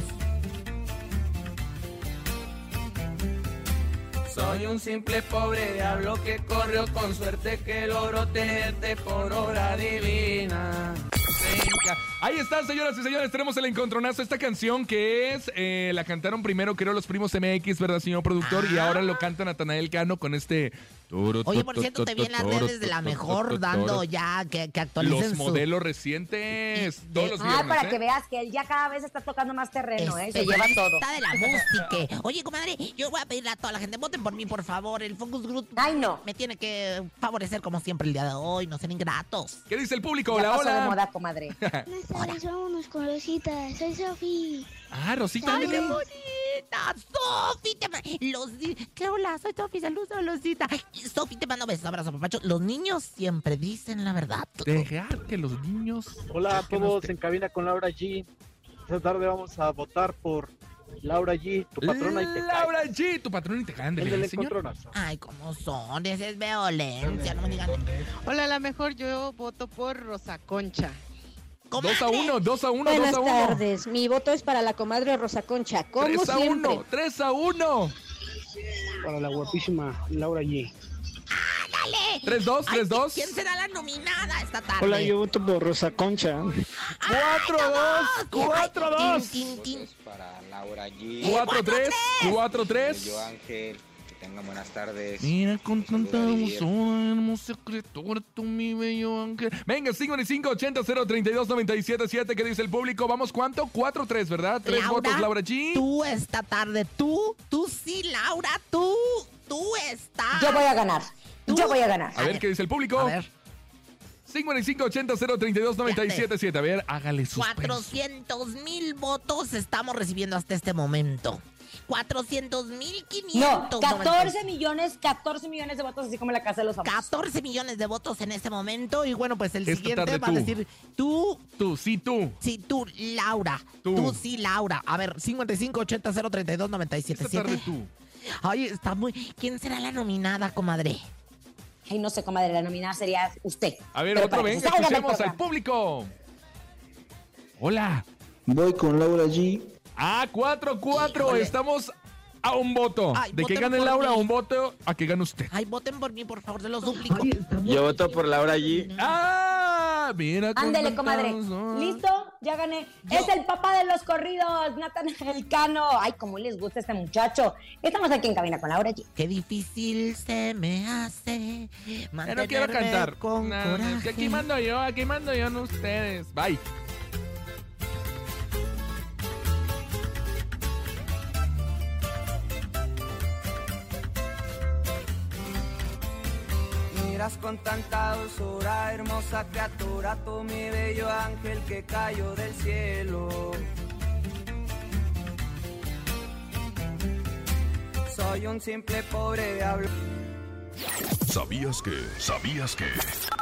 Soy un simple pobre diablo que corrió con suerte que logró tenerte por obra divina. Venga. Ahí está, señoras y señores, tenemos el encontronazo. Esta canción que es, eh, la cantaron primero, creo, los primos M X, ¿verdad, señor productor? Y ahora lo canta Natanael Cano con este... Oye, por cierto, te vi en las redes de la mejor dando ya que, que actualicen los su... modelos recientes, todos los Ah, viernes, para ¿eh? que veas que él ya cada vez está tocando más terreno, ¿eh? Se lleva Especialista todo. de la música. Oye, comadre, yo voy a pedirle a toda la gente, voten por mí, por favor. El Focus Group Ay, no. me tiene que favorecer como siempre el día de hoy. No sean ingratos. ¿Qué dice el público? Ya Hola, pasó de hola. moda, comadre. Buenas tardes, vámonos con Rosita. Soy Sofía. Ah, Rosita, Ay, ándale. qué linda! Sofi, te mando... Los... ¿Qué hola? Soy Sofi, saludos, saludcita. Sofi, te mando besos, abrazos, papacho. Los niños siempre dicen la verdad. Dejar que los niños... Hola a todos en cabina con Laura G. Esta tarde vamos a votar por Laura G, tu patrona y te cae. Laura G, tu patrona y te caen. El del ¿De señor? encontronazo. Ay, ¿cómo son? Esa es violencia, no me digan. Hola, a la mejor yo voto por Rosa Concha. Dos a uno, dos a uno, Buenas dos a uno. tardes, mi voto es para la comadre Rosa Concha, como Tres a siempre. uno, tres a uno. Para la guapísima Laura G. ¡Dale! Tres dos, Ay, tres dos. ¿Quién será la nominada esta tarde? Hola, yo voto por Rosa Concha. Cuatro dos, cuatro dos. Tin, tin, tin. Para Laura G. Cuatro tres, cuatro tres. Yo Ángel, que tengan buenas tardes. Mira con tanta Saluda, Didier. hermosura, hermosa criatura, tú mi bello ángel. Venga, cincuenta y cinco ochenta cero treinta y dos noventa y siete siete, ¿qué dice el público? Vamos, ¿cuánto? cuatro tres, ¿verdad? Tres Laura, votos, Laura G. Tú esta tarde, tú, tú sí, Laura, tú, tú estás. Yo voy a ganar. Yo voy a ganar. A ver, ¿qué dice el público? A ver. cincuenta y cinco ochenta cero treinta y dos noventa y siete siete. A ver, hágale suspenso. cuatrocientos mil votos estamos recibiendo hasta este momento. cuatrocientos mil No, quinientos. catorce millones, catorce millones de votos, así como la Casa de los Famosos. catorce millones de votos en este momento. Y bueno, pues el Esta siguiente tarde va a tú. decir tú. Tú, sí, tú. Sí, tú, Laura. Tú. Tú, sí, Laura. A ver, cincuenta y cinco ochenta cero treinta y dos noventa y siete Esta tarde siete. tú. Ay, está muy... ¿Quién será la nominada, comadre? Ay, no sé, comadre, la nominada sería usted. A ver, Pero otro, para que venga, se salga del escuchemos al programa. público. Hola. Voy con Laura G. Ah, cuatro cuatro. Híjole. Estamos a un voto. Ay, de que voten gane por Laura, a mí. un voto a que gane usted. Ay, voten por mí, por favor, se lo suplico. Yo voto por Laura G. Ah, mira. con Ándele, tantas comadre. horas. ¿Listo? Ya gané. Es el papá de los corridos, Nathan Elcano. Ay, cómo les gusta este muchacho. Estamos aquí en cabina con Laura G. Qué difícil se me hace Ya mantenerme no quiero cantar. con No, no, es que coraje. aquí mando yo, aquí mando yo, no ustedes. Bye. Miras con tanta dulzura, hermosa criatura, tú mi bello ángel que cayó del cielo. Soy un simple pobre diablo. ¿Sabías que? ¿Sabías que?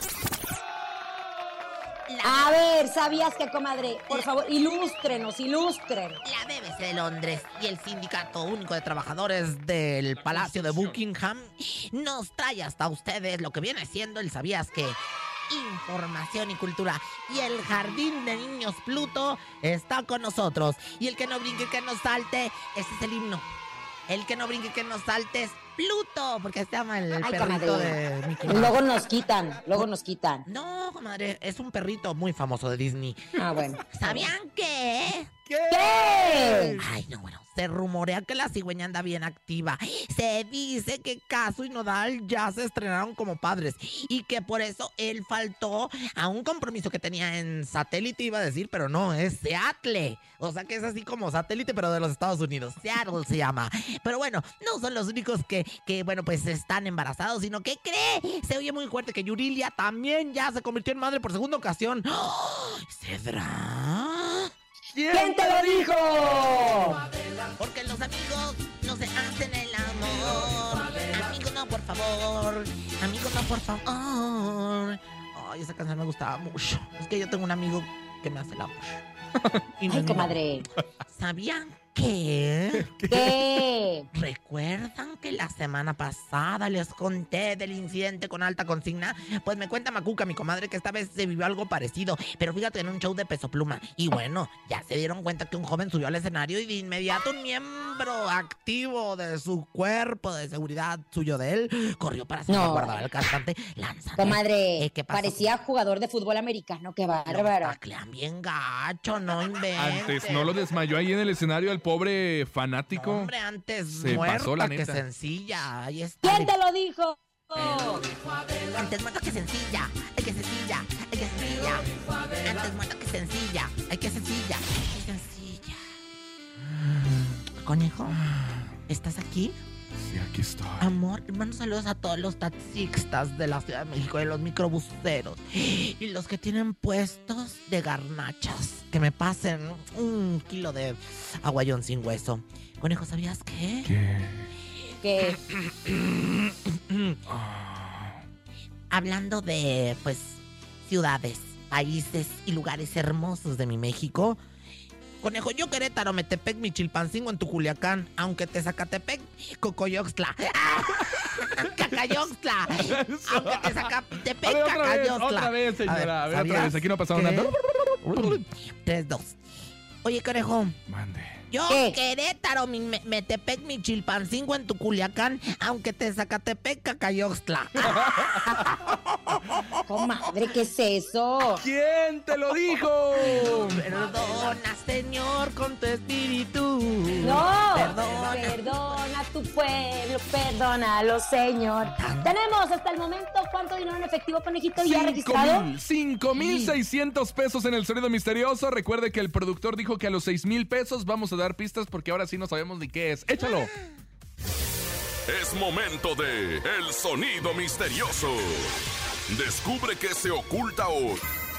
A ver, ¿sabías qué, comadre? Por favor, ilústrenos, ilústrenos. La B B C de Londres y el Sindicato Único de Trabajadores del Palacio de Buckingham nos trae hasta ustedes lo que viene siendo el ¿Sabías qué? Información y cultura. Y el Jardín de Niños Pluto está con nosotros. Y el que no brinque, que no salte, ese es el himno. El que no brinque, que no salte es Pluto, porque se llama el Ay, perrito comadre. de Mickey Mouse. Luego nos quitan, luego nos quitan. No, comadre, es un perrito muy famoso de Disney. Ah, bueno. ¿Sabían que? ¿Qué? Ay, no, bueno, se rumorea que la cigüeña anda bien activa. Se dice que Caso y Nodal ya se estrenaron como padres y que por eso él faltó a un compromiso que tenía en satélite, iba a decir, pero no, es Seattle. O sea que es así como satélite, pero de los Estados Unidos. Seattle se llama. Pero bueno, no son los únicos que, que bueno, pues están embarazados, sino que cree. Se oye muy fuerte que Yurilia también ya se convirtió en madre por segunda ocasión. ¡Oh! ¿Cedra? ¿Quién te lo dijo? Porque los amigos no se hacen el amor. Amigos, no, por favor. Amigos, no, por favor. Ay, esa canción me gustaba mucho. Es que yo tengo un amigo que me hace el amor. Y no Ay, es mi comadre. mamá. ¿Sabían qué? ¿Qué? ¿Recuerdan que la semana pasada les conté del incidente con alta consigna? Pues me cuenta Macuca, mi comadre, que esta vez se vivió algo parecido. Pero fíjate, en un show de Peso Pluma. Y bueno, ya se dieron cuenta que un joven subió al escenario y de inmediato un miembro activo de su cuerpo de seguridad suyo de él corrió para salvaguardar al cantante lanzando. Comadre, Eh, ¿qué pasó? parecía jugador de fútbol americano, qué bárbaro. Taclean bien gacho, no inventes. Antes no lo desmayó ahí en el escenario al pobre fanático. Hombre, antes Se muerta pasó, la que neta. sencilla. Ahí está. ¿Quién te lo dijo? Antes muerta que sencilla. Ay, que sencilla. Ay, que sencilla. Antes muerta que sencilla. Ay, que sencilla. Ay, que sencilla. Conejo, ¿estás aquí? Sí, aquí estoy. Amor, mando saludos a todos los taxistas de la Ciudad de México, de los microbuseros y los que tienen puestos de garnachas. Que me pasen un kilo de aguayón sin hueso. Conejo, ¿sabías qué? ¿Qué? Que Hablando de, pues, ciudades, países y lugares hermosos de mi México. Conejo, yo Querétaro, Metepec, Michilpancingo, en tu Culiacán, aunque te Zacatepec, Cocoyoxtla. Cacayoxtla. Aunque te Zacatepec, A ver, otra vez, Cacayoxtla. otra vez, señora. A ver, otra ¿sabías vez. Aquí no ha pasado qué? nada. Tres, dos. Oye, Conejo. Mande. Yo, ¿Qué? Querétaro, mi, me- Metepec, Michilpancingo, en tu Culiacán, aunque te Zacatepec, Cacayoxtla. comadre, ¿qué es eso? ¿Quién te lo dijo? Perdona, Señor, con tu espíritu. No, Perdona. perdona a tu pueblo, perdónalo, Señor. Tenemos hasta el momento cuánto dinero en efectivo, conejito, ya registrado. cinco mil seiscientos pesos en el sonido misterioso. Recuerde que el productor dijo que a los seis mil pesos vamos a dar pistas porque ahora sí no sabemos ni qué es. Échalo. Es momento de El Sonido Misterioso. Descubre qué se oculta hoy.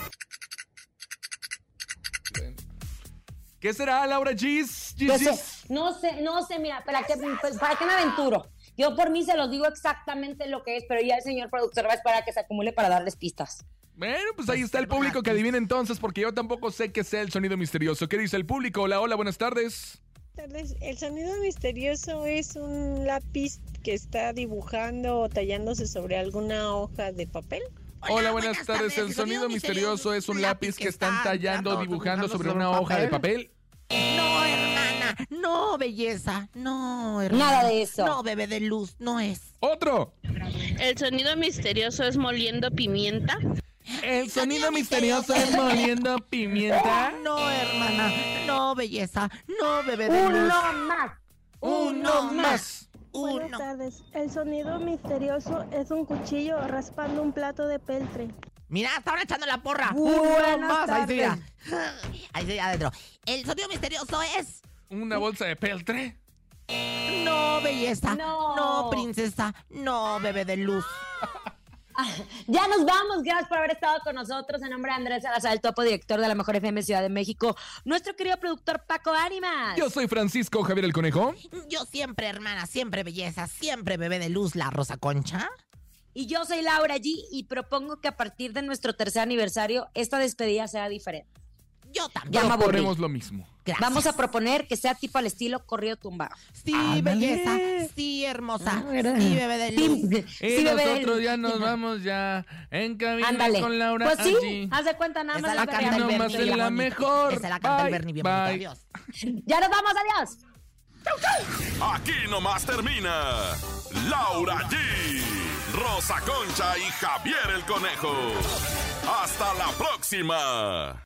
¿Qué será, Laura Gis? No sé, no sé, no sé, mira, ¿para qué, pues, ¿para qué me aventuro? Yo por mí se los digo exactamente lo que es, pero ya el señor productor va a esperar a que se acumule para darles pistas. Bueno, pues ahí está el público que adivina entonces, porque yo tampoco sé qué sea el sonido misterioso. ¿Qué dice el público? Hola, hola, buenas tardes. Tardes. El sonido misterioso es un lápiz que está dibujando o tallándose sobre alguna hoja de papel. Hola, buenas tardes. El sonido misterioso es un lápiz que están tallando, dibujando sobre una hoja de papel. No, hermana, no, belleza, no, hermana. Nada de eso. No, bebé de luz, no es. ¡Otro! El sonido misterioso es moliendo pimienta. El sonido misterioso es moliendo pimienta. No, hermana, no, belleza, no, bebé de luz. Uno más. Uno más. Buenas Uno. tardes. El sonido misterioso es un cuchillo raspando un plato de peltre. Mira, estaban echando la porra. Buenas Uno más. Ahí sí, tardes. mira. Ahí sí, adentro. El sonido misterioso es... ¿Una bolsa de peltre? No, belleza. No. No, princesa. No, bebé de luz. Ya nos vamos, gracias por haber estado con nosotros. En nombre de Andrés Salazar, el topo director de la Mejor F M Ciudad de México, nuestro querido productor Paco Ánimas. Yo soy Francisco Javier el Conejo. Yo siempre, hermana, siempre belleza, siempre bebé de luz, la Rosa Concha. Y yo soy Laura G y propongo que a partir de nuestro tercer aniversario esta despedida sea diferente. Yo también. Ya me aburrí. Proponemos lo mismo. Gracias. Vamos a proponer que sea tipo al estilo corrido tumbado. Sí, Ándale. belleza. Sí, hermosa. Ah, ¿verdad? Sí, bebé de luz. Sí, Y sí, bebé. nosotros ya nos vamos ya en cabina Ándale. con Laura. Pues sí, Allí. haz de cuenta nada Esa más. la la canta el berrea. Aquí nomás Bernie es la bien bonito. mejor. Esa la canta el Bye, Bernie bien bonito. bye. Adiós. Ya nos vamos, adiós. Aquí nomás termina Laura G, Rosa Concha y Javier el Conejo. Hasta la próxima.